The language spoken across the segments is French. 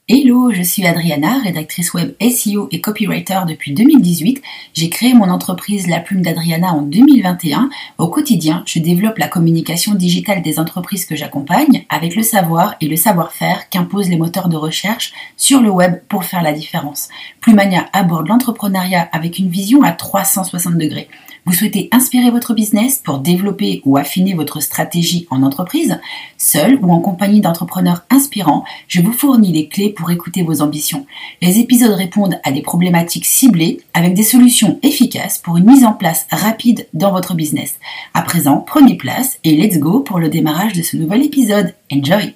Hello, je suis Adriana, rédactrice web SEO et copywriter depuis 2018. J'ai créé mon entreprise La Plume d'Adriana en 2021. Au quotidien, je développe la communication digitale des entreprises que j'accompagne avec le savoir et le savoir-faire qu'imposent les moteurs de recherche sur le web pour faire la différence. Plumania aborde l'entrepreneuriat avec une vision à 360 degrés. Vous souhaitez inspirer votre business pour développer ou affiner votre stratégie en entreprise? Seul ou en compagnie d'entrepreneurs inspirants, je vous fournis les clés pour écouter vos ambitions. Les épisodes répondent à des problématiques ciblées avec des solutions efficaces pour une mise en place rapide dans votre business. À présent, prenez place et let's go pour le démarrage de ce nouvel épisode. Enjoy!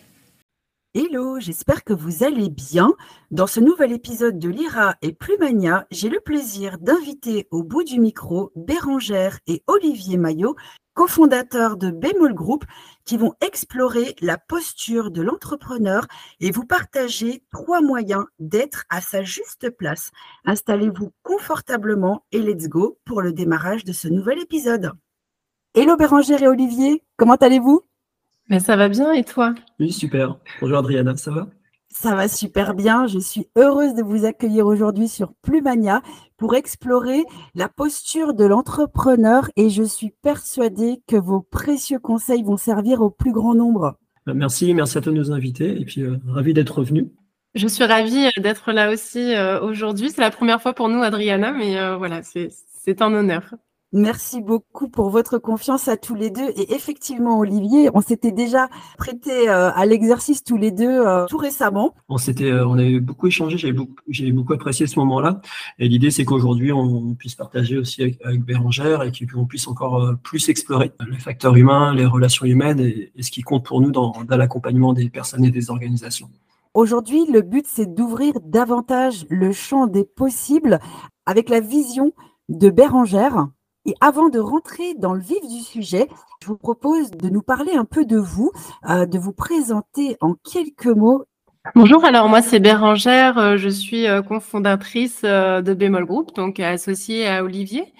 Hello, j'espère que vous allez bien. Dans ce nouvel épisode de Lyra et Plumania, j'ai le plaisir d'inviter au bout du micro Bérangère et Olivier Maillot, cofondateurs de Bémol Group, qui vont explorer la posture de l'entrepreneur et vous partager 3 moyens d'être à sa juste place. Installez-vous confortablement et let's go pour le démarrage de ce nouvel épisode. Hello Bérangère et Olivier, comment allez-vous ? Mais ça va bien et toi? Oui, super. Bonjour Adriana, ça va? Ça va super bien. Je suis heureuse de vous accueillir aujourd'hui sur Plumania pour explorer la posture de l'entrepreneur et je suis persuadée que vos précieux conseils vont servir au plus grand nombre. Merci à toi de nous inviter et puis ravi d'être revenu. Je suis ravie d'être là aussi aujourd'hui. C'est la première fois pour nous, Adriana, mais voilà, c'est un honneur. Merci beaucoup pour votre confiance à tous les deux. Et effectivement, Olivier, on s'était déjà prêté à l'exercice tous les deux tout récemment. On avait beaucoup échangé, j'ai beaucoup apprécié ce moment-là. Et l'idée, c'est qu'aujourd'hui, on puisse partager aussi avec Bérangère et qu'on puisse encore plus explorer les facteurs humains, les relations humaines et ce qui compte pour nous dans l'accompagnement des personnes et des organisations. Aujourd'hui, le but, c'est d'ouvrir davantage le champ des possibles avec la vision de Bérangère. Et avant de rentrer dans le vif du sujet, je vous propose de nous parler un peu de vous, de vous présenter en quelques mots. Bonjour, alors moi c'est Bérangère, je suis cofondatrice de Bémol Group, donc associée à Olivier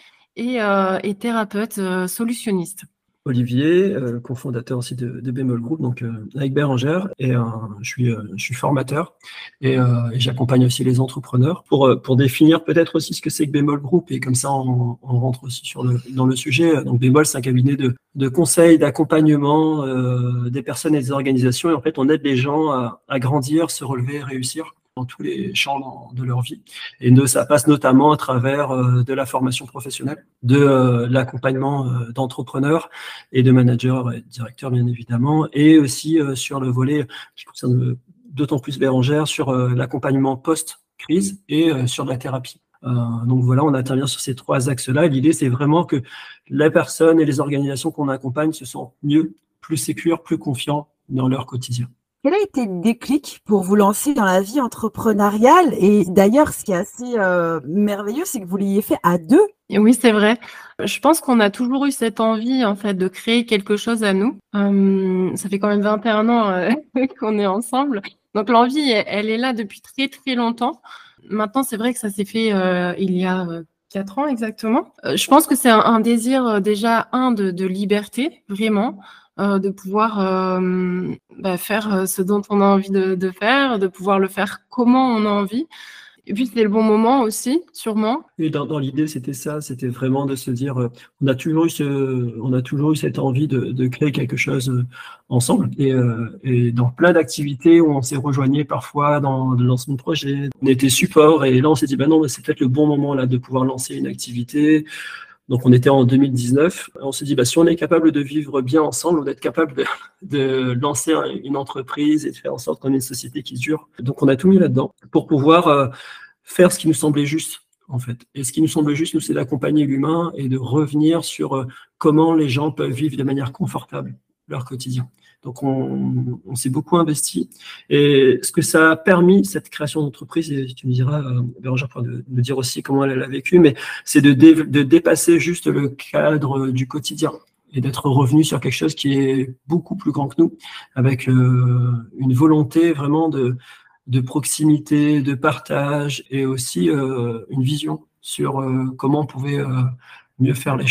et thérapeute solutionniste. Olivier, cofondateur aussi de Bémol Group, donc avec Bérangère, et je suis formateur et j'accompagne aussi les entrepreneurs pour définir peut-être aussi ce que c'est que Bémol Group et comme ça on rentre aussi dans le sujet. Donc Bémol, c'est un cabinet de conseil, d'accompagnement des personnes et des organisations et en fait on aide les gens à grandir, se relever, réussir dans tous les champs de leur vie. Et ça passe notamment à travers de la formation professionnelle, de l'accompagnement d'entrepreneurs et de managers et directeurs, bien évidemment, et aussi sur le volet qui concerne d'autant plus Bérangère, sur l'accompagnement post-crise et sur la thérapie. Donc voilà, on intervient sur ces 3 axes-là. L'idée, c'est vraiment que les personnes et les organisations qu'on accompagne se sentent mieux, plus sécures, plus confiants dans leur quotidien. Quel a été le déclic pour vous lancer dans la vie entrepreneuriale? Et d'ailleurs, ce qui est assez merveilleux, c'est que vous l'ayez fait à 2. Et oui, c'est vrai. Je pense qu'on a toujours eu cette envie, en fait, de créer quelque chose à nous. Ça fait quand même 21 ans qu'on est ensemble. Donc l'envie, elle est là depuis très, très longtemps. Maintenant, c'est vrai que ça s'est fait il y a 4 ans exactement. Je pense que c'est un désir déjà, de liberté, vraiment. De pouvoir faire ce dont on a envie de faire, de pouvoir le faire comment on a envie. Et puis, c'était le bon moment aussi, sûrement. Et dans l'idée, c'était ça, c'était vraiment de se dire, on a toujours eu cette envie de créer quelque chose ensemble et dans plein d'activités où on s'est rejoigné parfois dans le lancement de projet, on était support et là on s'est dit, non, mais c'est peut-être le bon moment là de pouvoir lancer une activité. Donc, on était en 2019. On s'est dit, si on est capable de vivre bien ensemble, d'être capable de lancer une entreprise et de faire en sorte qu'on ait une société qui dure. Donc, on a tout mis là-dedans pour pouvoir faire ce qui nous semblait juste, en fait. Et ce qui nous semble juste, nous, c'est d'accompagner l'humain et de revenir sur comment les gens peuvent vivre de manière confortable leur quotidien. Donc, on s'est beaucoup investi. Et ce que ça a permis, cette création d'entreprise, et tu me diras, Bérangère, pour me dire aussi comment elle a vécu, mais c'est de dépasser juste le cadre du quotidien et d'être revenu sur quelque chose qui est beaucoup plus grand que nous, avec une volonté vraiment de proximité, de partage et aussi une vision sur comment on pouvait mieux faire les choses.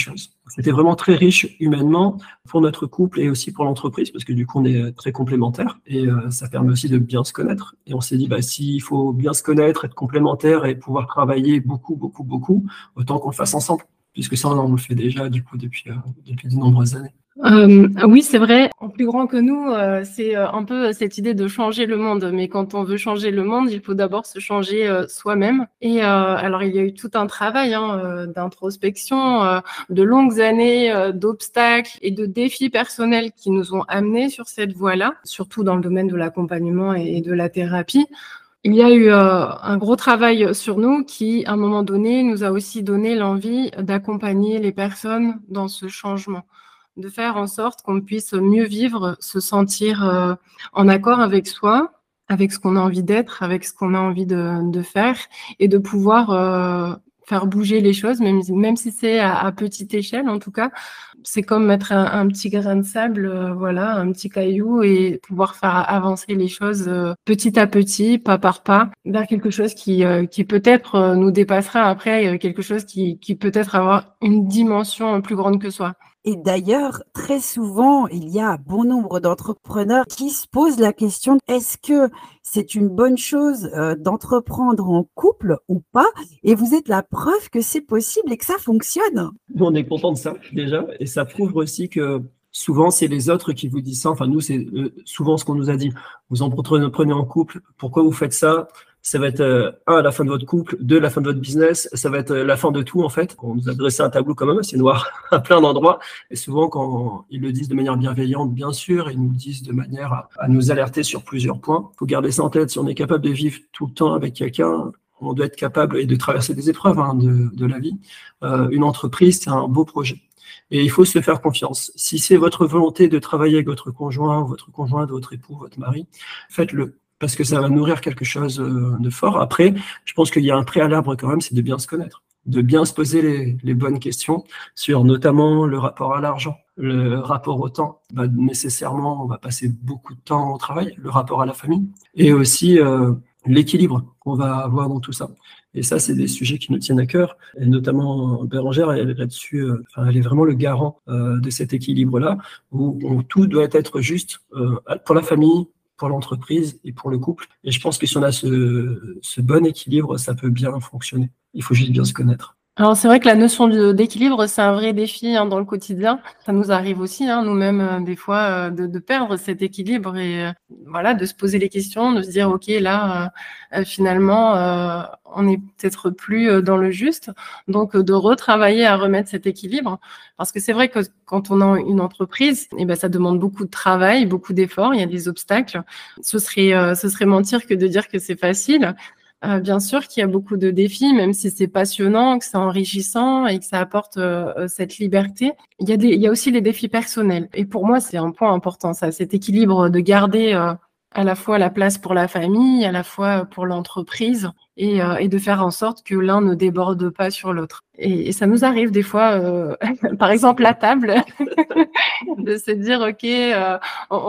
C'était vraiment très riche humainement pour notre couple et aussi pour l'entreprise, parce que du coup, on est très complémentaires et ça permet aussi de bien se connaître. Et on s'est dit, s'il faut bien se connaître, être complémentaires et pouvoir travailler beaucoup, beaucoup, beaucoup, autant qu'on le fasse ensemble, puisque ça, on le fait déjà du coup depuis de nombreuses années. Oui, c'est vrai. En plus grand que nous, c'est un peu cette idée de changer le monde. Mais quand on veut changer le monde, il faut d'abord se changer soi-même. Et alors, il y a eu tout un travail d'introspection, de longues années d'obstacles et de défis personnels qui nous ont amenés sur cette voie-là, surtout dans le domaine de l'accompagnement et de la thérapie. Il y a eu un gros travail sur nous qui, à un moment donné, nous a aussi donné l'envie d'accompagner les personnes dans ce changement, de faire en sorte qu'on puisse mieux vivre, se sentir en accord avec soi, avec ce qu'on a envie d'être, avec ce qu'on a envie de faire, et de pouvoir faire bouger les choses, même si c'est à petite échelle en tout cas. C'est comme mettre un petit grain de sable, voilà, un petit caillou, et pouvoir faire avancer les choses petit à petit, pas par pas, vers quelque chose qui peut-être nous dépassera après, quelque chose qui peut-être avoir une dimension plus grande que soi. Et d'ailleurs, très souvent, il y a bon nombre d'entrepreneurs qui se posent la question, est-ce que c'est une bonne chose d'entreprendre en couple ou pas? Et vous êtes la preuve que c'est possible et que ça fonctionne. Nous, on est content de ça déjà, et ça prouve aussi que souvent, c'est les autres qui vous disent ça. Enfin, nous, c'est souvent ce qu'on nous a dit. Vous entreprenez en couple, pourquoi vous faites ça? Ça va être la fin de votre couple, la fin de votre business, ça va être la fin de tout en fait. On nous a dressé un tableau quand même assez noir à plein d'endroits, et souvent quand ils le disent de manière bienveillante, bien sûr, ils nous le disent de manière à nous alerter sur plusieurs points. Il faut garder ça en tête. Si on est capable de vivre tout le temps avec quelqu'un, on doit être capable et de traverser des épreuves de la vie. Une entreprise, c'est un beau projet. Et il faut se faire confiance. Si c'est votre volonté de travailler avec votre conjoint, votre époux, votre mari, faites-le, parce que ça va nourrir quelque chose de fort. Après, je pense qu'il y a un préalable quand même, c'est de bien se connaître, de bien se poser les bonnes questions sur notamment le rapport à l'argent, le rapport au temps. Nécessairement, on va passer beaucoup de temps au travail, le rapport à la famille, et aussi l'équilibre qu'on va avoir dans tout ça. Et ça, c'est des sujets qui nous tiennent à cœur. Et notamment, Bérangère, elle est là-dessus, elle est vraiment le garant de cet équilibre-là, où tout doit être juste pour la famille, pour l'entreprise et pour le couple. Et je pense que si on a ce bon équilibre, ça peut bien fonctionner. Il faut juste bien se connaître. Alors c'est vrai que la notion d'équilibre, c'est un vrai défi dans le quotidien. Ça nous arrive aussi, nous-mêmes, des fois, de perdre cet équilibre et voilà, de se poser les questions, de se dire ok, là, finalement, on n'est peut-être plus dans le juste, donc de retravailler à remettre cet équilibre. Parce que c'est vrai que quand on a une entreprise, ça demande beaucoup de travail, beaucoup d'efforts, il y a des obstacles. Ce serait mentir que de dire que c'est facile. Bien sûr qu'il y a beaucoup de défis, même si c'est passionnant, que c'est enrichissant et que ça apporte cette liberté. Il y a aussi les défis personnels. Et pour moi, c'est un point important, ça, cet équilibre de garder à la fois la place pour la famille, à la fois pour l'entreprise, et de faire en sorte que l'un ne déborde pas sur l'autre. Et ça nous arrive des fois, par exemple à table, de se dire ok,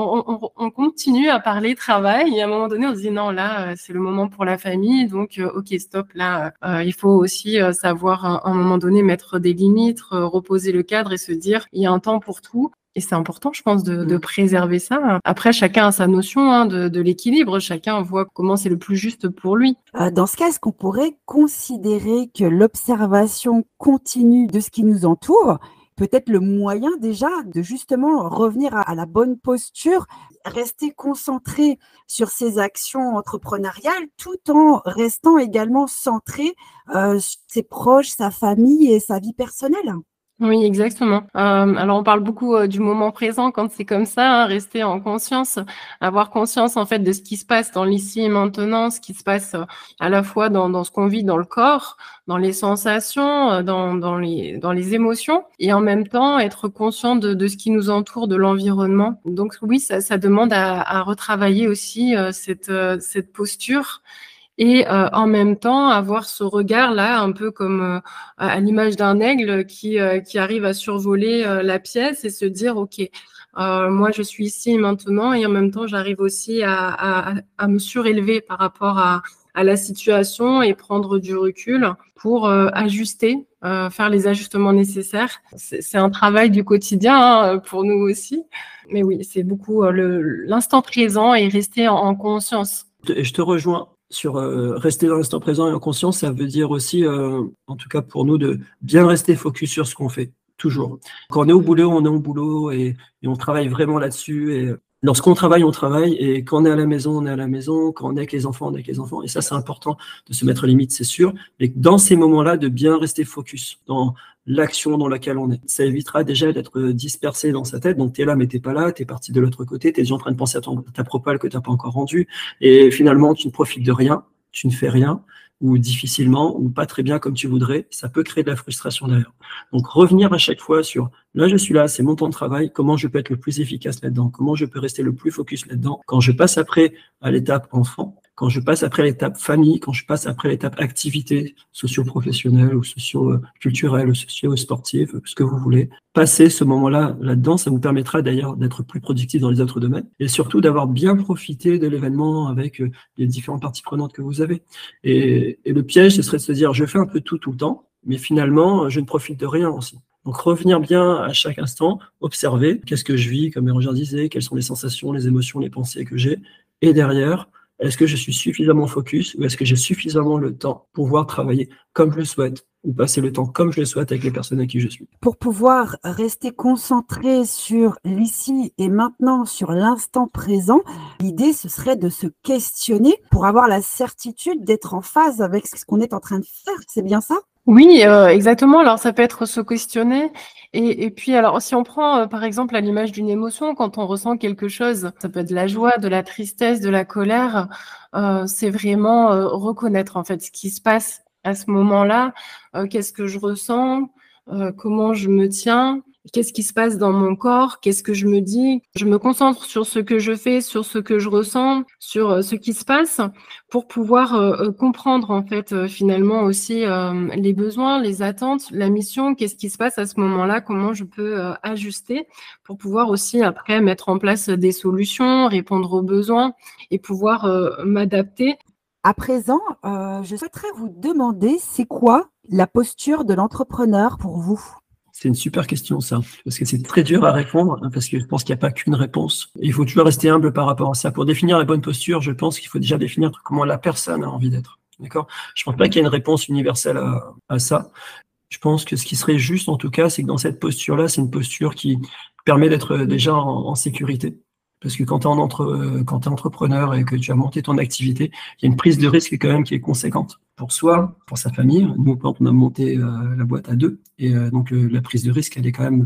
on continue à parler travail, et à un moment donné on se dit non, là c'est le moment pour la famille, donc ok, stop, là il faut aussi savoir à un moment donné mettre des limites, reposer le cadre et se dire il y a un temps pour tout. Et c'est important, je pense, de préserver ça. Après, chacun a sa notion de l'équilibre. Chacun voit comment c'est le plus juste pour lui. Dans ce cas, est-ce qu'on pourrait considérer que l'observation continue de ce qui nous entoure peut être le moyen déjà de justement revenir à la bonne posture, rester concentré sur ses actions entrepreneuriales tout en restant également centré sur ses proches, sa famille et sa vie personnelle? Oui, exactement. Alors on parle beaucoup du moment présent quand c'est comme ça, rester en conscience, avoir conscience en fait de ce qui se passe dans l'ici et maintenant, ce qui se passe à la fois dans ce qu'on vit dans le corps, dans les sensations, dans les émotions, et en même temps être conscient de ce qui nous entoure, de l'environnement. Donc oui, ça demande à retravailler aussi cette posture. Et en même temps, avoir ce regard-là, un peu comme à l'image d'un aigle qui arrive à survoler la pièce et se dire, OK, moi, je suis ici maintenant, et en même temps, j'arrive aussi à me surélever par rapport à la situation et prendre du recul pour ajuster faire les ajustements nécessaires. C'est un travail du quotidien pour nous aussi. Mais oui, c'est beaucoup l'instant présent et rester en conscience. Et je te rejoins sur rester dans l'instant présent et en conscience. Ça veut dire aussi, en tout cas pour nous, de bien rester focus sur ce qu'on fait, toujours. Quand on est au boulot et on travaille vraiment là-dessus. Et lorsqu'on travaille, on travaille. Et quand on est à la maison, on est à la maison. Quand on est avec les enfants, on est avec les enfants. Et ça, c'est important de se mettre limite, c'est sûr. Mais dans ces moments-là, de bien rester focus dans l'action dans laquelle on est. Ça évitera déjà d'être dispersé dans sa tête. Donc, tu es là, mais t'es pas là. Tu es parti de l'autre côté. Tu es déjà en train de penser à ta propale que tu n'as pas encore rendue. Et finalement, tu ne profites de rien. Tu ne fais rien, ou difficilement, ou pas très bien comme tu voudrais. Ça peut créer de la frustration derrière. Donc, revenir à chaque fois sur là, je suis là, c'est mon temps de travail. Comment je peux être le plus efficace là-dedans? Comment je peux rester le plus focus là-dedans? Quand je passe après à l'étape enfant, quand je passe après l'étape famille, quand je passe après l'étape activité socio-professionnelle ou socio-culturelle ou socio-sportive, ce que vous voulez, passer ce moment-là là-dedans, ça vous permettra d'ailleurs d'être plus productif dans les autres domaines et surtout d'avoir bien profité de l'événement avec les différentes parties prenantes que vous avez. Et le piège, ce serait de se dire, je fais un peu tout le temps, mais finalement, je ne profite de rien aussi. Donc, revenir bien à chaque instant, observer qu'est-ce que je vis, comme Bérangère disait, quelles sont les sensations, les émotions, les pensées que j'ai. Et derrière, est-ce que je suis suffisamment focus ou est-ce que j'ai suffisamment le temps pour pouvoir travailler comme je le souhaite ou passer le temps comme je le souhaite avec les personnes avec qui je suis. Pour pouvoir rester concentré sur l'ici et maintenant, sur l'instant présent, l'idée, ce serait de se questionner pour avoir la certitude d'être en phase avec ce qu'on est en train de faire. C'est bien ça ? Oui, exactement. Alors, ça peut être se questionner. Et puis, alors, si on prend, par exemple, à l'image d'une émotion, quand on ressent quelque chose, ça peut être de la joie, de la tristesse, de la colère, c'est vraiment reconnaître, en fait, ce qui se passe à ce moment-là. Qu'est-ce que je ressens? Comment je me tiens? Qu'est-ce qui se passe dans mon corps? Qu'est-ce que je me dis? Je me concentre sur ce que je fais, sur ce que je ressens, sur ce qui se passe pour pouvoir comprendre en fait finalement aussi les besoins, les attentes, la mission, qu'est-ce qui se passe à ce moment-là, comment je peux ajuster pour pouvoir aussi après mettre en place des solutions, répondre aux besoins et pouvoir m'adapter. À présent, je souhaiterais vous demander, c'est quoi la posture de l'entrepreneur pour vous ? C'est une super question, ça, parce que c'est très dur à répondre, parce que je pense qu'il n'y a pas qu'une réponse. Et il faut toujours rester humble par rapport à ça. Pour définir la bonne posture, je pense qu'il faut déjà définir comment la personne a envie d'être. D'accord ? Je pense pas qu'il y ait une réponse universelle à ça. Je pense que ce qui serait juste, en tout cas, c'est que dans cette posture-là, c'est une posture qui permet d'être déjà en sécurité. Parce que quand tu es entrepreneur et que tu as monté ton activité, il y a une prise de risque quand même qui est conséquente pour soi, pour sa famille. Nous, on a monté la boîte à 2 et donc la prise de risque, elle est quand même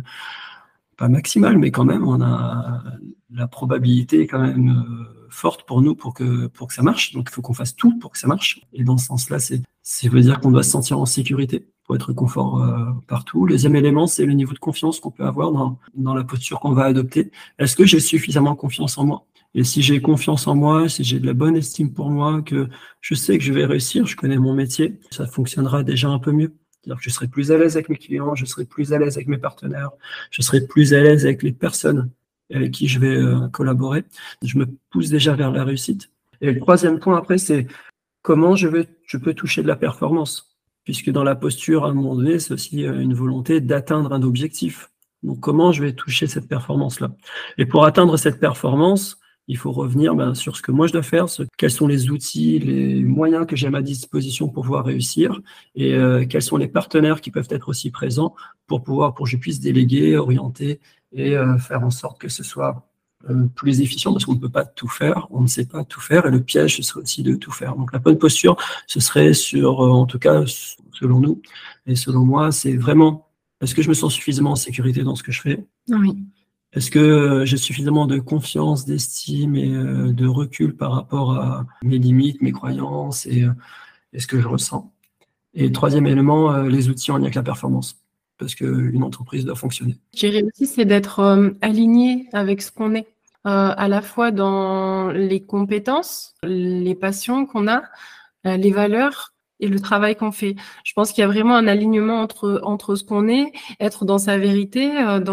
pas maximale, mais quand même, on a la probabilité quand même forte pour nous pour que ça marche. Donc, il faut qu'on fasse tout pour que ça marche. Et dans ce sens-là, ça veut dire qu'on doit se sentir en sécurité pour être confort partout. Le deuxième élément, c'est le niveau de confiance qu'on peut avoir dans la posture qu'on va adopter. Est-ce que j'ai suffisamment confiance en moi? Et si j'ai confiance en moi, si j'ai de la bonne estime pour moi, que je sais que je vais réussir, je connais mon métier, ça fonctionnera déjà un peu mieux. C'est-à-dire que je serai plus à l'aise avec mes clients, je serai plus à l'aise avec mes partenaires, je serai plus à l'aise avec les personnes avec qui je vais collaborer. Je me pousse déjà vers la réussite. Et le troisième point après, c'est comment je peux toucher de la performance. Puisque dans la posture, à un moment donné, c'est aussi une volonté d'atteindre un objectif. Donc, comment je vais toucher cette performance-là? Et pour atteindre cette performance, il faut revenir sur ce que moi je dois faire, quels sont les outils, les moyens que j'ai à ma disposition pour pouvoir réussir, et quels sont les partenaires qui peuvent être aussi présents pour que je puisse déléguer, orienter et faire en sorte que ce soit plus efficient, parce qu'on ne peut pas tout faire, on ne sait pas tout faire, et le piège, ce serait aussi de tout faire. Donc la bonne posture, ce serait en tout cas, selon nous, et selon moi, c'est vraiment, est-ce que je me sens suffisamment en sécurité dans ce que je fais? Oui. Est-ce que j'ai suffisamment de confiance, d'estime et de recul par rapport à mes limites, mes croyances et ce que je ressens? Et le troisième élément, les outils en lien avec la performance, parce qu'une entreprise doit fonctionner. Je dirais aussi, c'est d'être aligné avec ce qu'on est, à la fois dans les compétences, les passions qu'on a, les valeurs et le travail qu'on fait. Je pense qu'il y a vraiment un alignement entre ce qu'on est, être dans sa vérité,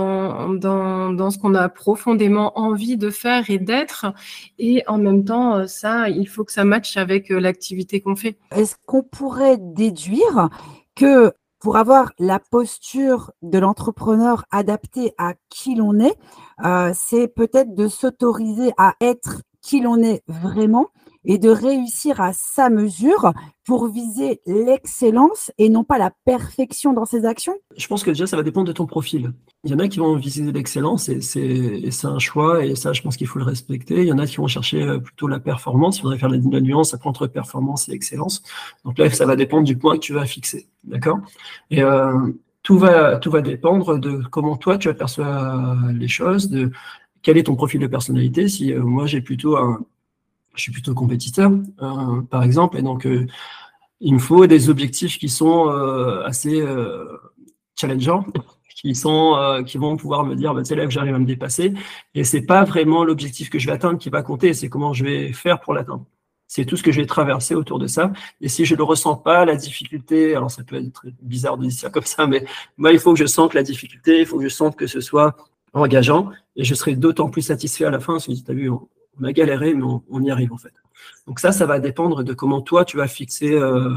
dans ce qu'on a profondément envie de faire et d'être, et en même temps, ça, il faut que ça matche avec l'activité qu'on fait. Est-ce qu'on pourrait déduire que pour avoir la posture de l'entrepreneur adaptée à qui l'on est, c'est peut-être de s'autoriser à être qui l'on est vraiment et de réussir à sa mesure pour viser l'excellence et non pas la perfection dans ses actions? Je pense que déjà, ça va dépendre de ton profil. Il y en a qui vont viser l'excellence et c'est un choix et ça, je pense qu'il faut le respecter. Il y en a qui vont chercher plutôt la performance. Il faudrait faire la nuance entre performance et excellence. Donc là, ça va dépendre du point que tu vas fixer. D'accord? Et tout va dépendre de comment toi, tu aperçois les choses, de quel est ton profil de personnalité. Si moi, je suis plutôt compétiteur, par exemple, et donc il me faut des objectifs qui sont assez challengeants, qui vont pouvoir me dire, bah, tu sais, là, j'arrive à me dépasser. Et c'est pas vraiment l'objectif que je vais atteindre qui va compter, c'est comment je vais faire pour l'atteindre. C'est tout ce que je vais traverser autour de ça. Et si je le ressens pas, la difficulté, alors ça peut être bizarre de dire ça comme ça, mais moi, il faut que je sente la difficulté, il faut que je sente que ce soit engageant, et je serai d'autant plus satisfait à la fin, parce que tu as vu, on a galéré, mais on y arrive en fait. Donc ça va dépendre de comment toi, tu vas fixer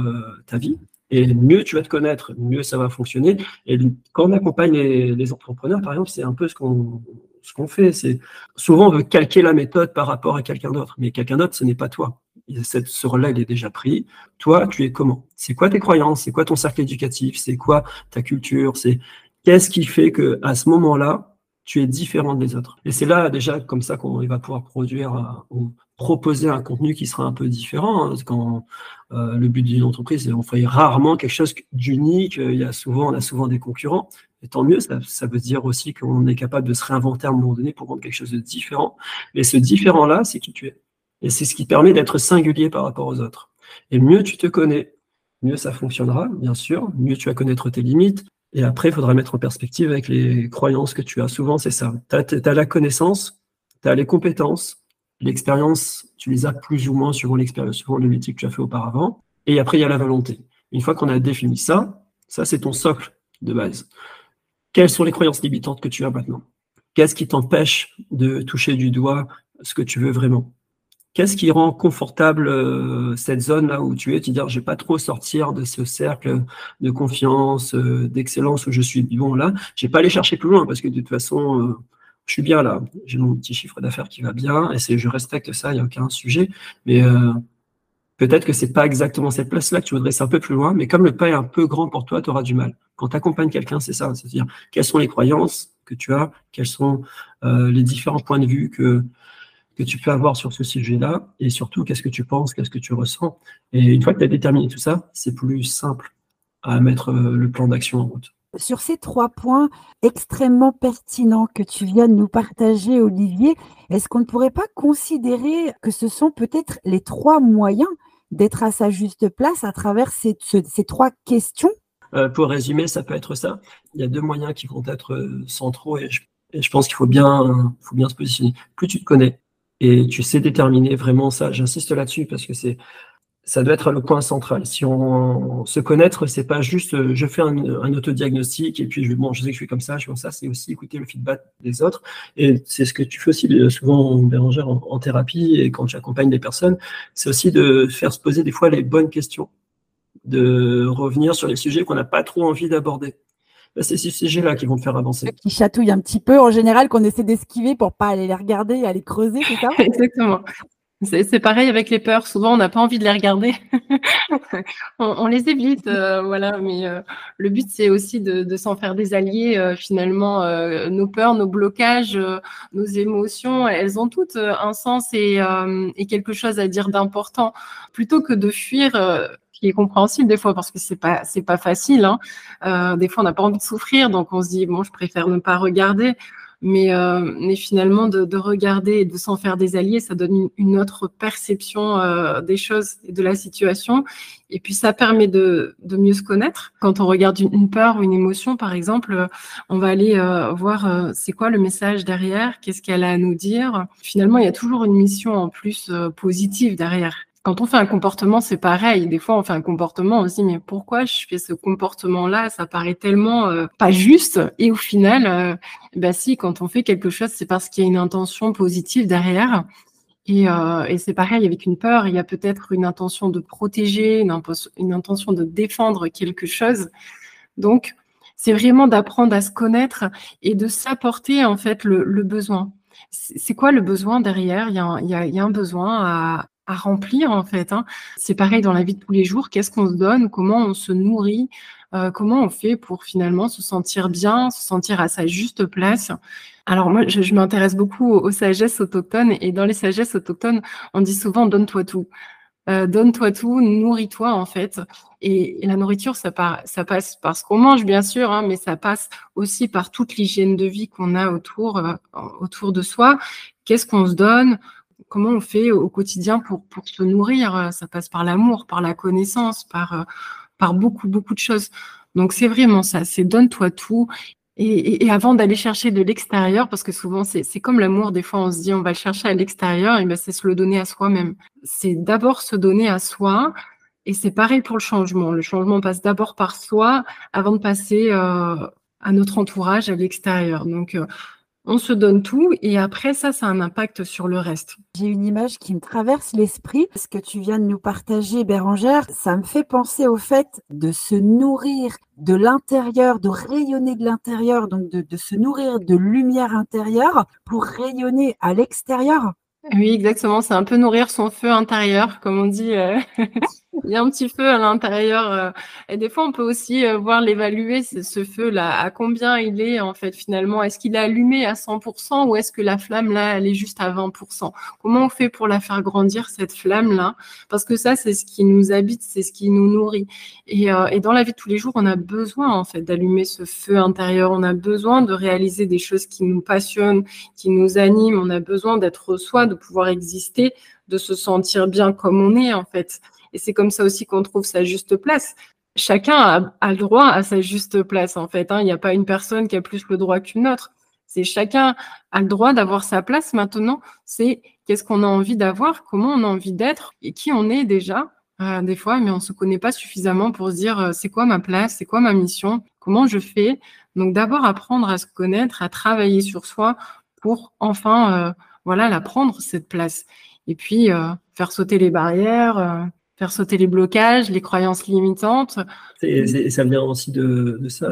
ta vie. Et mieux tu vas te connaître, mieux ça va fonctionner. Et quand on accompagne les entrepreneurs, par exemple, c'est un peu ce qu'on fait. C'est souvent on veut calquer la méthode par rapport à quelqu'un d'autre, mais quelqu'un d'autre, ce n'est pas toi. Ce rôle-là, il est déjà pris. Toi, tu es comment? C'est quoi tes croyances? C'est quoi ton cercle éducatif? C'est quoi ta culture? C'est qu'est-ce qui fait que à ce moment-là, tu es différent des autres? Et c'est là déjà comme ça qu'on va pouvoir produire ou proposer un contenu qui sera un peu différent. Hein, quand le but d'une entreprise, on fait rarement quelque chose d'unique. On a souvent des concurrents. Et tant mieux, ça veut dire aussi qu'on est capable de se réinventer à un moment donné pour rendre quelque chose de différent. Mais ce différent-là, c'est qui tu es. Et c'est ce qui permet d'être singulier par rapport aux autres. Et mieux tu te connais, mieux ça fonctionnera, bien sûr. Mieux tu vas connaître tes limites. Et après, il faudra mettre en perspective avec les croyances que tu as. Souvent, c'est ça. Tu as la connaissance, tu as les compétences, l'expérience, tu les as plus ou moins suivant l'expérience, suivant le métier que tu as fait auparavant. Et après, il y a la volonté. Une fois qu'on a défini ça, c'est ton socle de base. Quelles sont les croyances limitantes que tu as maintenant? Qu'est-ce qui t'empêche de toucher du doigt ce que tu veux vraiment? Qu'est-ce qui rend confortable cette zone-là où tu es? Tu dis, je ne vais pas trop sortir de ce cercle de confiance, d'excellence où je suis bon là. Je ne vais pas aller chercher plus loin parce que de toute façon, je suis bien là. J'ai mon petit chiffre d'affaires qui va bien et je respecte ça, il n'y a aucun sujet. Mais peut-être que ce n'est pas exactement cette place-là que tu voudrais, c'est un peu plus loin. Mais comme le pas est un peu grand pour toi, tu auras du mal. Quand tu accompagnes quelqu'un, c'est ça. C'est-à-dire, quelles sont les croyances que tu as? Quels sont les différents points de vue que tu peux avoir sur ce sujet-là, et surtout, qu'est-ce que tu penses, qu'est-ce que tu ressens. Et une fois que tu as déterminé tout ça, c'est plus simple à mettre le plan d'action en route. Sur ces 3 points extrêmement pertinents que tu viens de nous partager, Olivier, est-ce qu'on ne pourrait pas considérer que ce sont peut-être les 3 moyens d'être à sa juste place à travers ces 3 questions? Pour résumer, ça peut être ça. Il y a 2 moyens qui vont être centraux et je pense qu'il faut bien se positionner. Plus tu te connais, et tu sais déterminer vraiment ça, j'insiste là-dessus parce que ça doit être le point central. Si on se connaître, c'est pas juste je fais un autodiagnostic et puis je sais que je suis comme ça, c'est aussi écouter le feedback des autres. Et c'est ce que tu fais aussi souvent, Bérangère, en thérapie et quand tu accompagnes des personnes, c'est aussi de faire se poser des fois les bonnes questions, de revenir sur les sujets qu'on n'a pas trop envie d'aborder. C'est ces sujets-là qui vont te faire avancer. Qui chatouillent un petit peu, en général, qu'on essaie d'esquiver pour pas aller les regarder et aller creuser, c'est ça? Exactement. C'est pareil avec les peurs. Souvent, on n'a pas envie de les regarder. On les évite, voilà. Mais le but, c'est aussi de s'en faire des alliés. Finalement, nos peurs, nos blocages, nos émotions, elles ont toutes un sens et quelque chose à dire d'important. Plutôt que de fuir, qui est compréhensible des fois parce que c'est pas facile. Hein. Des fois, on n'a pas envie de souffrir, donc on se dit bon, je préfère ne pas regarder. Mais finalement, de regarder et de s'en faire des alliés, ça donne une autre perception des choses et de la situation. Et puis, ça permet de mieux se connaître. Quand on regarde une peur ou une émotion, par exemple, on va aller voir c'est quoi le message derrière, qu'est-ce qu'elle a à nous dire. Finalement, il y a toujours une mission en plus positive derrière. Quand on fait un comportement, c'est pareil. Des fois, on fait un comportement, on se dit, mais pourquoi je fais ce comportement-là? Ça paraît tellement pas juste. Et au final, si, quand on fait quelque chose, c'est parce qu'il y a une intention positive derrière. Et c'est pareil avec une peur. Il y a peut-être une intention de protéger, une intention de défendre quelque chose. Donc, c'est vraiment d'apprendre à se connaître et de s'apporter en fait le besoin. C'est quoi le besoin derrière? Il y a un besoin à remplir en fait, hein. C'est pareil dans la vie de tous les jours. Qu'est-ce qu'on se donne? Comment on se nourrit? Comment on fait pour finalement se sentir bien, se sentir à sa juste place? Alors moi, je m'intéresse beaucoup aux sagesses autochtones et dans les sagesses autochtones, on dit souvent: «Donne-toi tout». Donne-toi tout, nourris-toi en fait. Et la nourriture, ça passe par ce qu'on mange bien sûr, hein, mais ça passe aussi par toute l'hygiène de vie qu'on a autour de soi. Qu'est-ce qu'on se donne? Comment on fait au quotidien pour se nourrir? Ça passe par l'amour, par la connaissance, par beaucoup, beaucoup de choses. Donc c'est vraiment ça, c'est donne-toi tout. Et avant d'aller chercher de l'extérieur, parce que souvent c'est comme l'amour, des fois on se dit on va le chercher à l'extérieur, et ben c'est se le donner à soi-même. C'est d'abord se donner à soi, et c'est pareil pour le changement. Le changement passe d'abord par soi avant de passer à notre entourage, à l'extérieur. Donc on se donne tout et après ça a un impact sur le reste. J'ai une image qui me traverse l'esprit. Ce que tu viens de nous partager, Bérangère, ça me fait penser au fait de se nourrir de l'intérieur, de rayonner de l'intérieur, donc de se nourrir de lumière intérieure pour rayonner à l'extérieur. Oui, exactement, c'est un peu nourrir son feu intérieur, comme on dit. Il y a un petit feu à l'intérieur. Et des fois, on peut aussi voir l'évaluer, ce feu-là, à combien il est en fait finalement. Est-ce qu'il est allumé à 100% ou est-ce que la flamme là, elle est juste à 20%? Comment on fait pour la faire grandir, cette flamme-là? Parce que ça, c'est ce qui nous habite, c'est ce qui nous nourrit. Et dans la vie de tous les jours, on a besoin en fait d'allumer ce feu intérieur. On a besoin de réaliser des choses qui nous passionnent, qui nous animent. On a besoin d'être soi, de pouvoir exister, de se sentir bien comme on est en fait. Et c'est comme ça aussi qu'on trouve sa juste place. Chacun a le droit à sa juste place, en fait, hein. Il n'y a pas une personne qui a plus le droit qu'une autre. C'est chacun a le droit d'avoir sa place. Maintenant, c'est qu'est-ce qu'on a envie d'avoir, comment on a envie d'être et qui on est déjà. Des fois, mais on ne se connaît pas suffisamment pour se dire c'est quoi ma place, c'est quoi ma mission, comment je fais. Donc d'abord apprendre à se connaître, à travailler sur soi pour enfin voilà, la prendre, cette place. Et puis faire sauter les barrières, faire sauter les blocages, les croyances limitantes. Ça vient aussi de ça.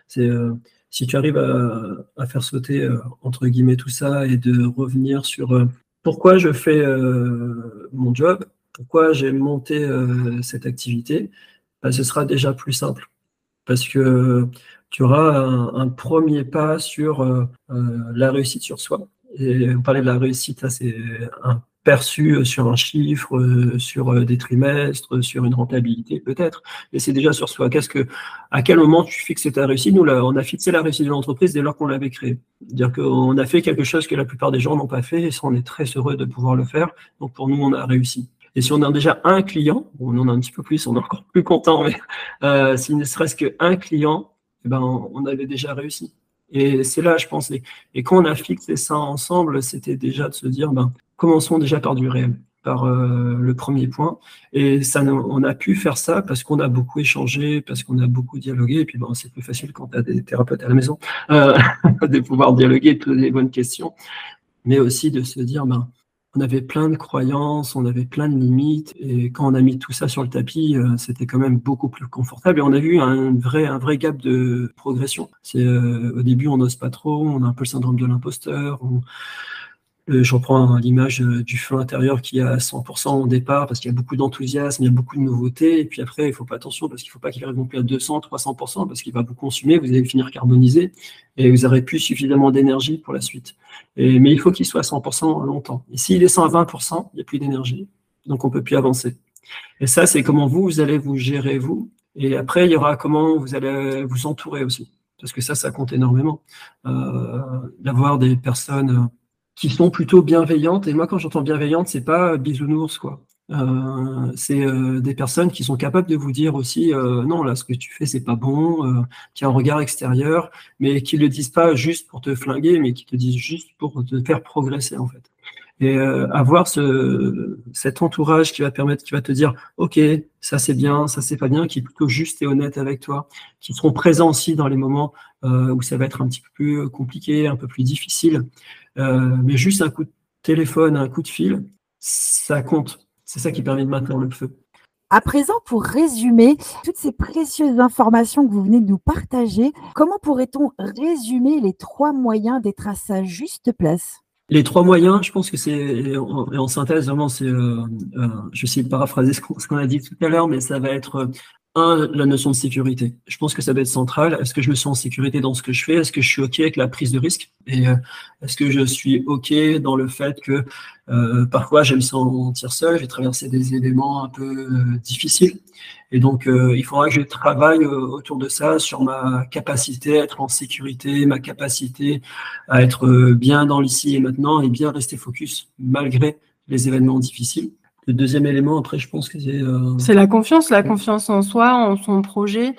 Si tu arrives à faire sauter, entre guillemets, tout ça et de revenir sur pourquoi je fais mon job, pourquoi j'ai monté cette activité, bah, ce sera déjà plus simple. Parce que tu auras un premier pas sur la réussite sur soi. Et on parlait de la réussite, là, c'est un perçu sur un chiffre, sur des trimestres, sur une rentabilité peut-être, mais c'est déjà sur soi. À quel moment tu fixes ta réussite? Nous, là, on a fixé la réussite de l'entreprise dès lors qu'on l'avait créée. C'est-à-dire qu'on a fait quelque chose que la plupart des gens n'ont pas fait, et ça, on est très heureux de pouvoir le faire. Donc pour nous, on a réussi. Et si on a déjà un client, on en a un petit peu plus, on est encore plus content, mais s'il ne serait-ce qu'un client, eh ben, on avait déjà réussi. Et c'est là, je pense, et quand on a fixé ça ensemble, c'était déjà de se dire, ben, commençons déjà par du réel, par le premier point. Et ça, on a pu faire ça parce qu'on a beaucoup échangé, parce qu'on a beaucoup dialogué. Et puis, ben, c'est plus facile quand tu as des thérapeutes à la maison de pouvoir dialoguer, de poser des bonnes questions, mais aussi de se dire, ben, on avait plein de croyances, on avait plein de limites, et quand on a mis tout ça sur le tapis, c'était quand même beaucoup plus confortable. Et on a vu un vrai gap de progression. Au début, on n'ose pas trop, on a un peu le syndrome de l'imposteur. Je reprends l'image du feu intérieur qui est à 100% au départ parce qu'il y a beaucoup d'enthousiasme, il y a beaucoup de nouveautés. Et puis après, il faut pas attention parce qu'il faut pas qu'il arrive non plus à 200, 300% parce qu'il va vous consumer, vous allez finir carbonisé et vous n'aurez plus suffisamment d'énergie pour la suite. Mais il faut qu'il soit à 100% longtemps. Et s'il est 120%, il n'y a plus d'énergie. Donc on peut plus avancer. Et ça, c'est comment vous allez vous gérer, vous. Et après, il y aura comment vous allez vous entourer aussi. Parce que ça compte énormément. D'avoir des personnes qui sont plutôt bienveillantes. Et moi, quand j'entends bienveillante, c'est pas bisounours, quoi. C'est des personnes qui sont capables de vous dire aussi non, là, ce que tu fais, c'est pas bon, qui a un regard extérieur, mais qui le disent pas juste pour te flinguer, mais qui te disent juste pour te faire progresser, en fait. Et avoir cet entourage qui va te dire ok, ça c'est bien, ça c'est pas bien, qui est plutôt juste et honnête avec toi, qui seront présents aussi dans les moments où ça va être un petit peu plus compliqué, un peu plus difficile, mais juste un coup de téléphone, un coup de fil, ça compte. C'est ça qui permet de maintenir le feu. À présent, pour résumer toutes ces précieuses informations que vous venez de nous partager, comment pourrait-on résumer les 3 moyens d'être à sa juste place? Les 3 moyens, je pense que c'est en synthèse, vraiment, c'est, je vais essayer de paraphraser ce qu'on a dit tout à l'heure, mais ça va être, 1, la notion de sécurité. Je pense que ça va être central. Est-ce que je me sens en sécurité dans ce que je fais? Est-ce que je suis OK avec la prise de risque? Et est-ce que je suis OK dans le fait que, parfois, je vais me sentir seul, je vais traverser des éléments un peu, difficiles et donc il faudra que je travaille, autour de ça, sur ma capacité à être en sécurité, ma capacité à être bien dans l'ici et maintenant et bien rester focus malgré les événements difficiles. Le deuxième élément, après, je pense que c'est la confiance en soi, en son projet.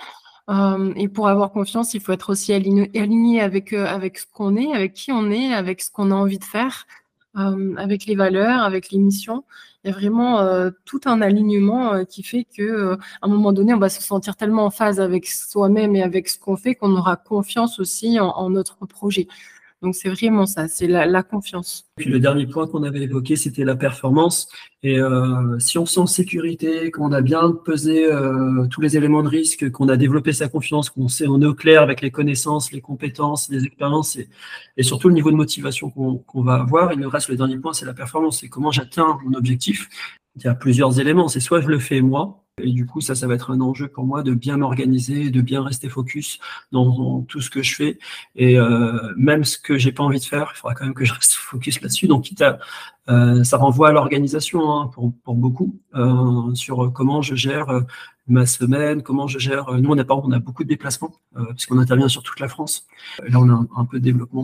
Et pour avoir confiance, il faut être aussi aligné avec ce qu'on est, avec qui on est, avec ce qu'on a envie de faire, avec les valeurs, avec les missions. Il y a vraiment tout un alignement qui fait que, à un moment donné, on va se sentir tellement en phase avec soi-même et avec ce qu'on fait qu'on aura confiance aussi en notre projet. Donc c'est vraiment ça, c'est la confiance. Puis le dernier point qu'on avait évoqué, c'était la performance. Et si on se sent en sécurité, qu'on a bien pesé tous les éléments de risque, qu'on a développé sa confiance, qu'on sait, on est au clair avec les connaissances, les compétences, les expériences et surtout le niveau de motivation qu'on va avoir, il nous reste le dernier point, c'est la performance. C'est comment j'atteins mon objectif. Il y a plusieurs éléments. C'est soit je le fais moi, et du coup, ça va être un enjeu pour moi de bien m'organiser, de bien rester focus dans tout ce que je fais. Et même ce que j'ai pas envie de faire, il faudra quand même que je reste focus là-dessus. Donc, quitte à, ça renvoie à l'organisation hein, pour beaucoup, sur comment je gère ma semaine, comment je gère. Nous, on a beaucoup de déplacements, puisqu'on intervient sur toute la France. Là, on a un peu de développement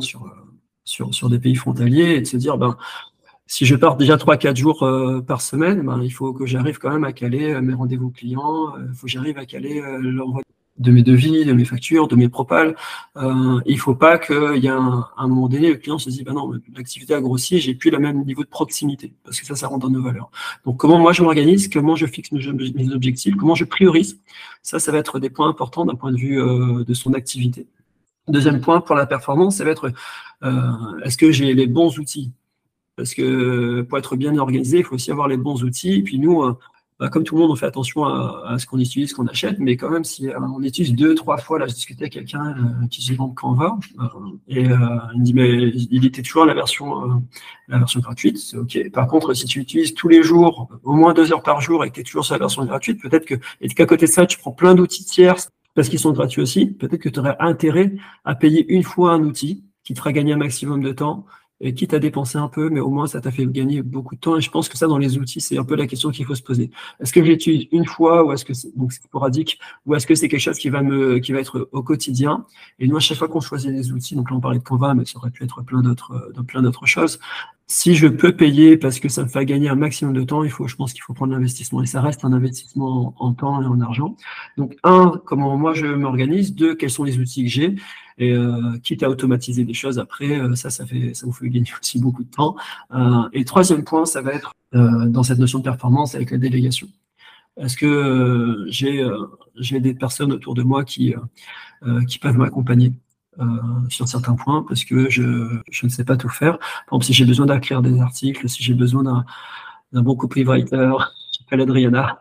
sur des pays frontaliers et de se dire, ben, si je pars déjà 3-4 jours par semaine, ben, il faut que j'arrive quand même à caler mes rendez-vous clients, il faut que j'arrive à caler l'envoi de mes devis, de mes factures, de mes propals. Il faut pas qu'il y ait un moment donné, le client se dit, ben non, l'activité a grossi, j'ai plus le même niveau de proximité, parce que ça rentre dans nos valeurs. Donc, comment moi je m'organise, comment je fixe mes objectifs, comment je priorise, ça va être des points importants d'un point de vue de son activité. Deuxième point pour la performance, ça va être, est-ce que j'ai les bons outils? Parce que pour être bien organisé, il faut aussi avoir les bons outils. Et puis nous, comme tout le monde, on fait attention à ce qu'on utilise, ce qu'on achète, mais quand même, si on utilise 2-3 fois, là, je discutais avec quelqu'un qui utilise Canva, et il me dit, mais il était toujours la version gratuite, c'est OK. Par contre, si tu utilises tous les jours, au moins 2 heures par jour, et que tu es toujours sur la version gratuite, peut-être qu'à côté de ça, tu prends plein d'outils tiers, parce qu'ils sont gratuits aussi, peut-être que tu aurais intérêt à payer une fois un outil qui te fera gagner un maximum de temps, et quitte à dépenser un peu, mais au moins ça t'a fait gagner beaucoup de temps. Et je pense que ça, dans les outils, c'est un peu la question qu'il faut se poser. Est-ce que je l'utilise une fois, ou est-ce que c'est donc sporadique, ou est-ce que c'est quelque chose qui va être au quotidien? Et nous, à chaque fois qu'on choisit des outils, donc là on parlait de Canva, mais ça aurait pu être plein d'autres choses. Si je peux payer parce que ça me fait gagner un maximum de temps, je pense qu'il faut prendre l'investissement. Et ça reste un investissement en temps et en argent. Donc, 1, comment moi je m'organise. 2, quels sont les outils que j'ai. Et quitte à automatiser des choses après, ça vous fait gagner aussi beaucoup de temps. Et troisième point, ça va être dans cette notion de performance avec la délégation. Est-ce que j'ai des personnes autour de moi qui peuvent m'accompagner sur certains points parce que je ne sais pas tout faire. Par exemple, si j'ai besoin d'écrire des articles, si j'ai besoin d'un bon copywriter, j'appelle Adriana.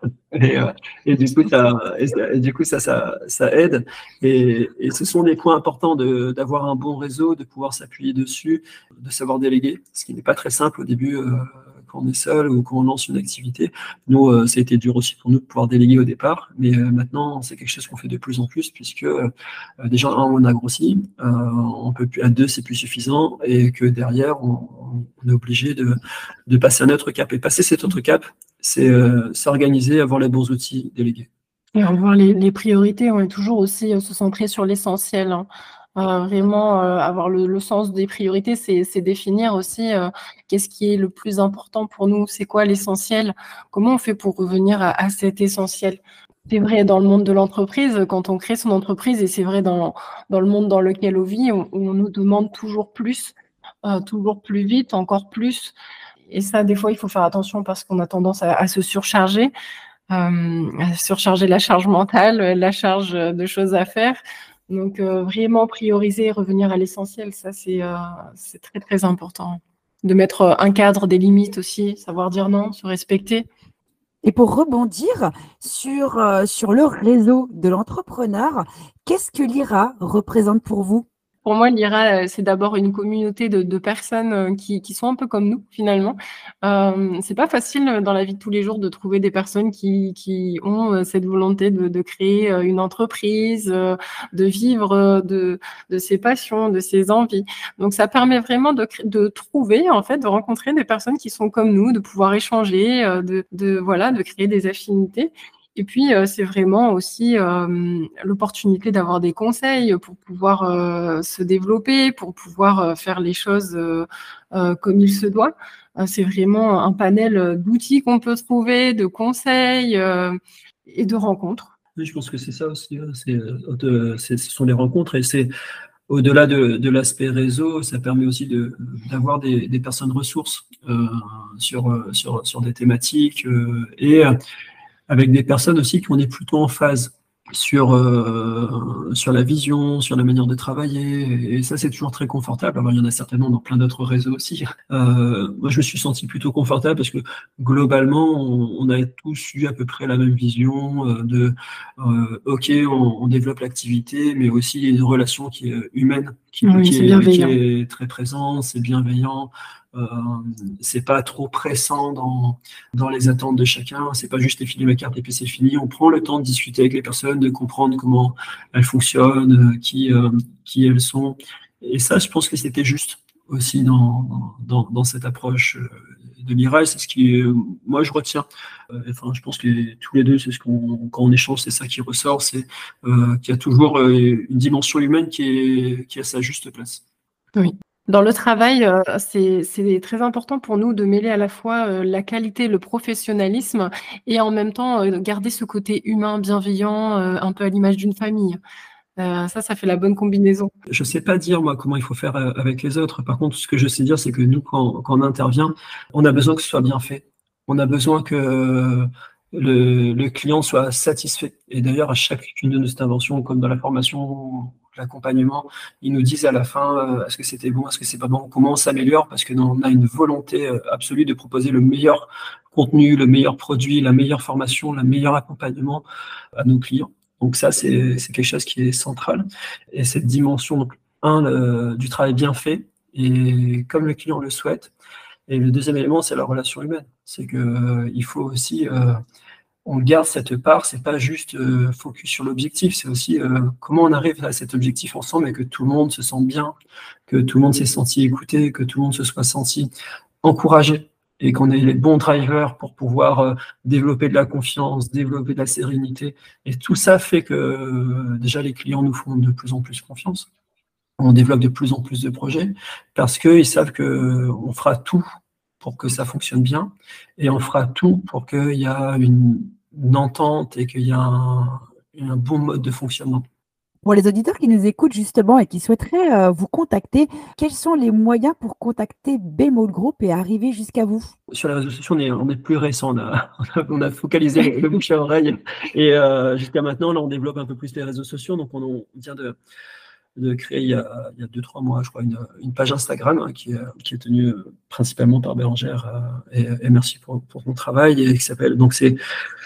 Et du coup, ça aide. Et ce sont des points importants d'avoir un bon réseau, de pouvoir s'appuyer dessus, de savoir déléguer, ce qui n'est pas très simple au début quand on est seul ou quand on lance une activité. Nous, ça a été dur aussi pour nous de pouvoir déléguer au départ, mais maintenant, c'est quelque chose qu'on fait de plus en plus puisque déjà, on a grossi, on peut plus, à 2, c'est plus suffisant et que derrière, on est obligé de passer un autre cap. Et passer cet autre cap, c'est s'organiser, avoir les bons outils délégués. Et avoir les priorités, on est toujours aussi se centrer sur l'essentiel. Hein. Vraiment, avoir le sens des priorités, c'est définir aussi qu'est-ce qui est le plus important pour nous, c'est quoi l'essentiel, comment on fait pour revenir à cet essentiel. C'est vrai dans le monde de l'entreprise, quand on crée son entreprise, et c'est vrai dans le monde dans lequel on vit, on nous demande toujours plus vite, encore plus. Et ça, des fois, il faut faire attention parce qu'on a tendance à se surcharger, à surcharger la charge mentale, la charge de choses à faire. Donc, vraiment prioriser et revenir à l'essentiel, ça, c'est très, très important. De mettre un cadre, des limites aussi, savoir dire non, se respecter. Et pour rebondir sur le réseau de l'entrepreneur, qu'est-ce que l'IRA représente pour vous? Pour moi, l'IRA, c'est d'abord une communauté de personnes qui sont un peu comme nous, finalement. C'est pas facile dans la vie de tous les jours de trouver des personnes qui ont cette volonté de créer une entreprise, de vivre de ses passions, de ses envies. Donc, ça permet vraiment de trouver, en fait, de rencontrer des personnes qui sont comme nous, de pouvoir échanger, voilà, de créer des affinités. Et puis, c'est vraiment aussi l'opportunité d'avoir des conseils pour pouvoir se développer, pour pouvoir faire les choses comme il se doit. C'est vraiment un panel d'outils qu'on peut trouver, de conseils et de rencontres. Oui, je pense que c'est ça aussi, ce sont les rencontres et c'est au-delà de l'aspect réseau, ça permet aussi d'avoir des personnes ressources sur des thématiques et avec des personnes aussi qu'on est plutôt en phase sur la vision, sur la manière de travailler. Et ça, c'est toujours très confortable. Alors, il y en a certainement dans plein d'autres réseaux aussi. Moi, je me suis senti plutôt confortable parce que globalement, on a tous eu à peu près la même vision OK, on développe l'activité, mais aussi une relation qui est humaine, qui est très présente, c'est bienveillant. C'est pas trop pressant dans les attentes de chacun, c'est pas juste filer ma carte et puis c'est fini. On prend le temps de discuter avec les personnes, de comprendre comment elles fonctionnent, qui elles sont. Et ça, je pense que c'était juste aussi dans cette approche de l'IRA. C'est ce qui, moi, je retiens. Enfin, je pense que tous les deux, c'est quand on échange, c'est ça qui ressort, c'est qu'il y a toujours une dimension humaine qui a sa juste place. Oui. Dans le travail, c'est très important pour nous de mêler à la fois la qualité, le professionnalisme et en même temps garder ce côté humain, bienveillant, un peu à l'image d'une famille. Ça fait la bonne combinaison. Je sais pas dire, moi, comment il faut faire avec les autres. Par contre, ce que je sais dire, c'est que nous, quand on intervient, on a besoin que ce soit bien fait. On a besoin que le client soit satisfait. Et d'ailleurs, à chacune de nos interventions, comme dans la formation, l'accompagnement, ils nous disent à la fin, est-ce que c'était bon, est-ce que c'est pas bon, comment on s'améliore, parce que on a une volonté absolue de proposer le meilleur contenu, le meilleur produit, la meilleure formation, le meilleur accompagnement à nos clients. Donc ça, c'est quelque chose qui est central. Et cette dimension, donc, du travail bien fait, et comme le client le souhaite. Et le deuxième élément, c'est la relation humaine. C'est que il faut aussi, on garde cette part, c'est pas juste focus sur l'objectif, c'est aussi comment on arrive à cet objectif ensemble et que tout le monde se sente bien, que tout le monde s'est senti écouté, que tout le monde se soit senti encouragé et qu'on ait les bons drivers pour pouvoir développer de la confiance, développer de la sérénité. Et tout ça fait que déjà les clients nous font de plus en plus confiance. On développe de plus en plus de projets parce qu'ils savent qu'on fera tout pour que ça fonctionne bien et on fera tout pour qu'il y ait une entente et qu'il y ait un bon mode de fonctionnement. Pour les auditeurs qui nous écoutent justement et qui souhaiteraient vous contacter, quels sont les moyens pour contacter Bémol Group et arriver jusqu'à vous? Sur les réseaux sociaux, on est plus récent. On a focalisé le bouche à oreille et jusqu'à maintenant, là, on développe un peu plus les réseaux sociaux. Donc, on vient de créer il y a 2-3 mois, je crois, une page Instagram qui est tenue principalement par Bérangère et merci pour ton travail et qui s'appelle, donc c'est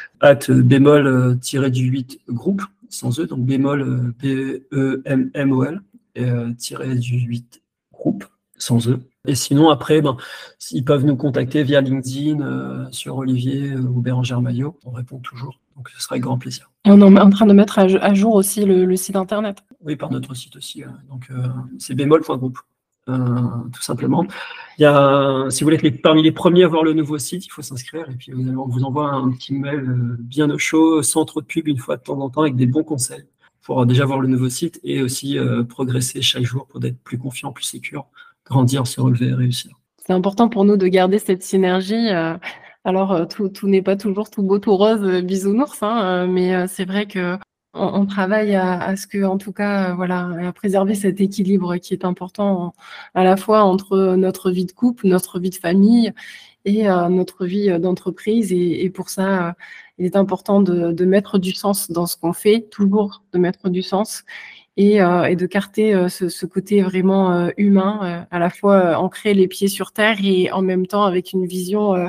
@bémol-8 groupe sans E, donc bémol BEMMOL du 8 groupe sans E. Et sinon après, ils peuvent nous contacter via LinkedIn sur Olivier ou Bérangère Maillot, on répond toujours, donc ce sera avec grand plaisir. Et on est en train de mettre à jour aussi le site internet. Oui, par notre site aussi. Donc, c'est bémol.group, tout simplement. Il y a, si vous voulez être parmi les premiers à voir le nouveau site, il faut s'inscrire. Et puis, on vous envoie un petit mail bien au chaud, sans trop de pub, une fois de temps en temps, avec des bons conseils pour déjà voir le nouveau site et aussi progresser chaque jour pour être plus confiant, plus sécure, grandir, se relever et réussir. C'est important pour nous de garder cette synergie. Alors, tout n'est pas toujours tout beau, tout rose, bisounours, mais c'est vrai que on travaille à ce que, en tout cas, voilà, à préserver cet équilibre qui est important à la fois entre notre vie de couple, notre vie de famille et notre vie d'entreprise. Et pour ça, il est important de mettre du sens dans ce qu'on fait, toujours de mettre du sens et de carter ce côté vraiment humain, à la fois ancré les pieds sur terre et en même temps avec une vision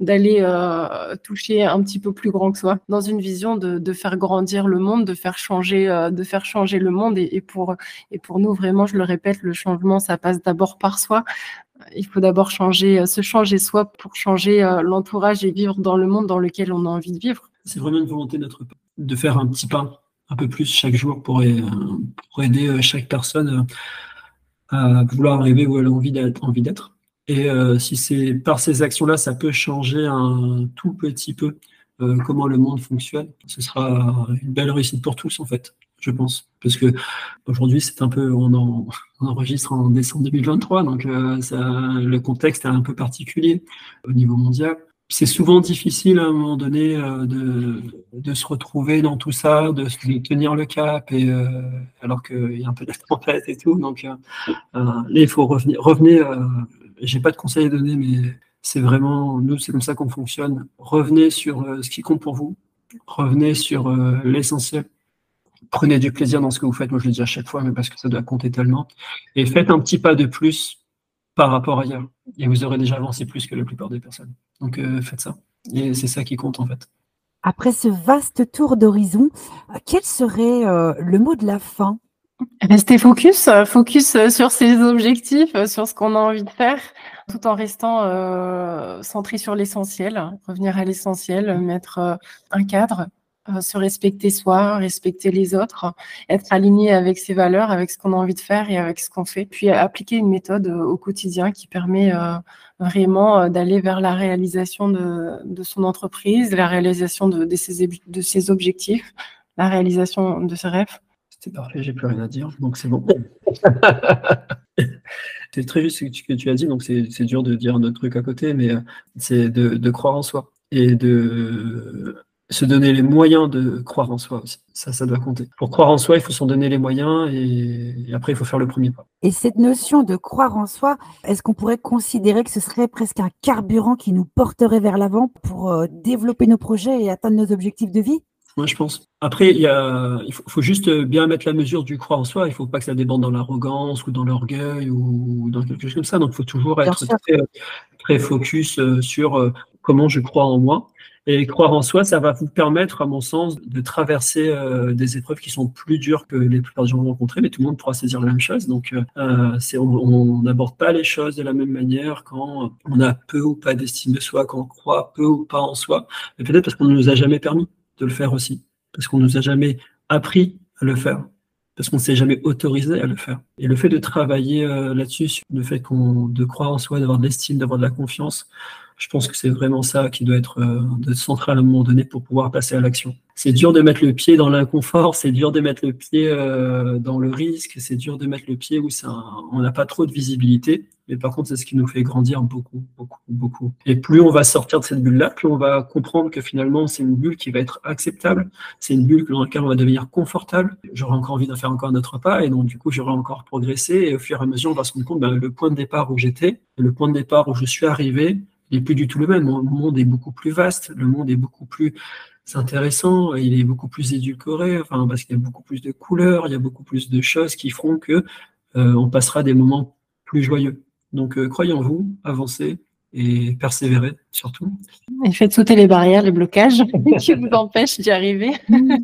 d'aller toucher un petit peu plus grand que soi, dans une vision de faire grandir le monde, de faire changer le monde. Et pour nous, vraiment, je le répète, le changement, ça passe d'abord par soi. Il faut d'abord se changer soi pour changer l'entourage et vivre dans le monde dans lequel on a envie de vivre. C'est vraiment une volonté de notre part, de faire un petit pas, un peu plus chaque jour pour aider chaque personne à vouloir arriver où elle a envie d'être. Et si c'est par ces actions-là, ça peut changer un tout petit peu comment le monde fonctionne, ce sera une belle réussite pour tous, en fait, je pense. Parce que aujourd'hui, on enregistre en décembre 2023, donc le contexte est un peu particulier au niveau mondial. C'est souvent difficile à un moment donné de se retrouver dans tout ça, de tenir le cap, alors qu'il y a un peu de tempête et tout. Donc là, il faut revenez. J'ai pas de conseils à donner, mais c'est vraiment nous, c'est comme ça qu'on fonctionne. Revenez sur ce qui compte pour vous. Revenez sur l'essentiel. Prenez du plaisir dans ce que vous faites. Moi, je le dis à chaque fois, mais parce que ça doit compter tellement. Et faites un petit pas de plus par rapport à hier. Et vous aurez déjà avancé plus que la plupart des personnes. Donc faites ça. Et c'est ça qui compte en fait. Après ce vaste tour d'horizon, quel serait le mot de la fin? Rester focus sur ses objectifs, sur ce qu'on a envie de faire, tout en restant centré sur l'essentiel, revenir à l'essentiel, mettre un cadre, se respecter soi, respecter les autres, être aligné avec ses valeurs, avec ce qu'on a envie de faire et avec ce qu'on fait. Puis appliquer une méthode au quotidien qui permet vraiment d'aller vers la réalisation de son entreprise, la réalisation de ses objectifs, la réalisation de ses rêves. C'est parfait, j'ai plus rien à dire, donc c'est bon. C'est très juste ce que tu as dit, donc c'est dur de dire un autre truc à côté, mais c'est de croire en soi et de se donner les moyens de croire en soi aussi. Ça doit compter. Pour croire en soi, il faut s'en donner les moyens et après, il faut faire le premier pas. Et cette notion de croire en soi, est-ce qu'on pourrait considérer que ce serait presque un carburant qui nous porterait vers l'avant pour développer nos projets et atteindre nos objectifs de vie? Moi, je pense. Après, il faut juste bien mettre la mesure du croire en soi. Il ne faut pas que ça déborde dans l'arrogance ou dans l'orgueil ou dans quelque chose comme ça. Donc, il faut toujours être très focus sur comment je crois en moi. Et croire en soi, ça va vous permettre, à mon sens, de traverser des épreuves qui sont plus dures que les plupart des gens vont rencontrer, mais tout le monde pourra saisir la même chose. Donc, on n'aborde pas les choses de la même manière quand on a peu ou pas d'estime de soi, quand on croit peu ou pas en soi. Mais peut-être parce qu'on ne nous a jamais permis de le faire aussi, parce qu'on nous a jamais appris à le faire, parce qu'on ne s'est jamais autorisé à le faire. Et le fait de travailler là-dessus, sur le fait de croire en soi, d'avoir de l'estime, d'avoir de la confiance, je pense que c'est vraiment ça qui doit être central à un moment donné pour pouvoir passer à l'action. C'est dur de mettre le pied dans l'inconfort, c'est dur de mettre le pied dans le risque, c'est dur de mettre le pied où on n'a pas trop de visibilité. Mais par contre, c'est ce qui nous fait grandir beaucoup, beaucoup, beaucoup. Et plus on va sortir de cette bulle-là, plus on va comprendre que finalement, c'est une bulle qui va être acceptable. C'est une bulle dans laquelle on va devenir confortable. J'aurai encore envie d'en faire encore un autre pas. Et donc, du coup, j'aurai encore progressé. Et au fur et à mesure, on va se rendre compte, le point de départ où j'étais, le point de départ où je suis arrivé, n'est plus du tout le même. Le monde est beaucoup plus vaste. Le monde est beaucoup plus intéressant. Il est beaucoup plus édulcoré. Enfin, parce qu'il y a beaucoup plus de couleurs. Il y a beaucoup plus de choses qui feront que on passera des moments plus joyeux. Donc, croyez en vous, avancez et persévérez surtout. Et faites sauter les barrières, les blocages qui vous empêchent d'y arriver.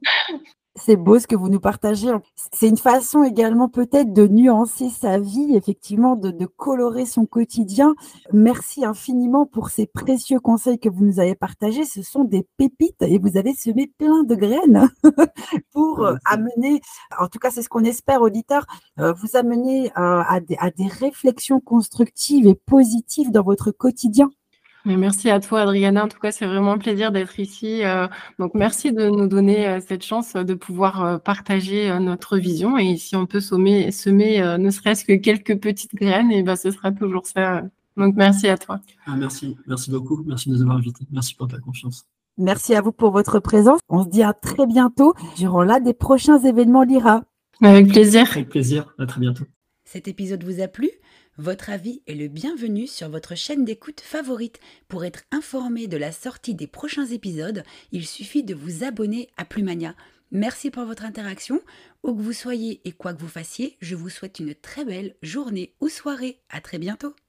C'est beau ce que vous nous partagez. C'est une façon également peut-être de nuancer sa vie, effectivement, de colorer son quotidien. Merci infiniment pour ces précieux conseils que vous nous avez partagés. Ce sont des pépites et vous avez semé plein de graines pour amener, en tout cas c'est ce qu'on espère auditeurs, vous amener à des réflexions constructives et positives dans votre quotidien. Mais merci à toi, Adriana. En tout cas, c'est vraiment un plaisir d'être ici. Donc, merci de nous donner cette chance de pouvoir partager notre vision. Et si on peut semer ne serait-ce que quelques petites graines, et ce sera toujours ça. Donc, merci à toi. Merci beaucoup. Merci de nous avoir invités. Merci pour ta confiance. Merci à vous pour votre présence. On se dit à très bientôt durant l'un des prochains événements Lyra. Avec plaisir. Avec plaisir. À très bientôt. Cet épisode vous a plu ? Votre avis est le bienvenu sur votre chaîne d'écoute favorite. Pour être informé de la sortie des prochains épisodes, il suffit de vous abonner à Plumania. Merci pour votre interaction. Où que vous soyez et quoi que vous fassiez, je vous souhaite une très belle journée ou soirée. À très bientôt.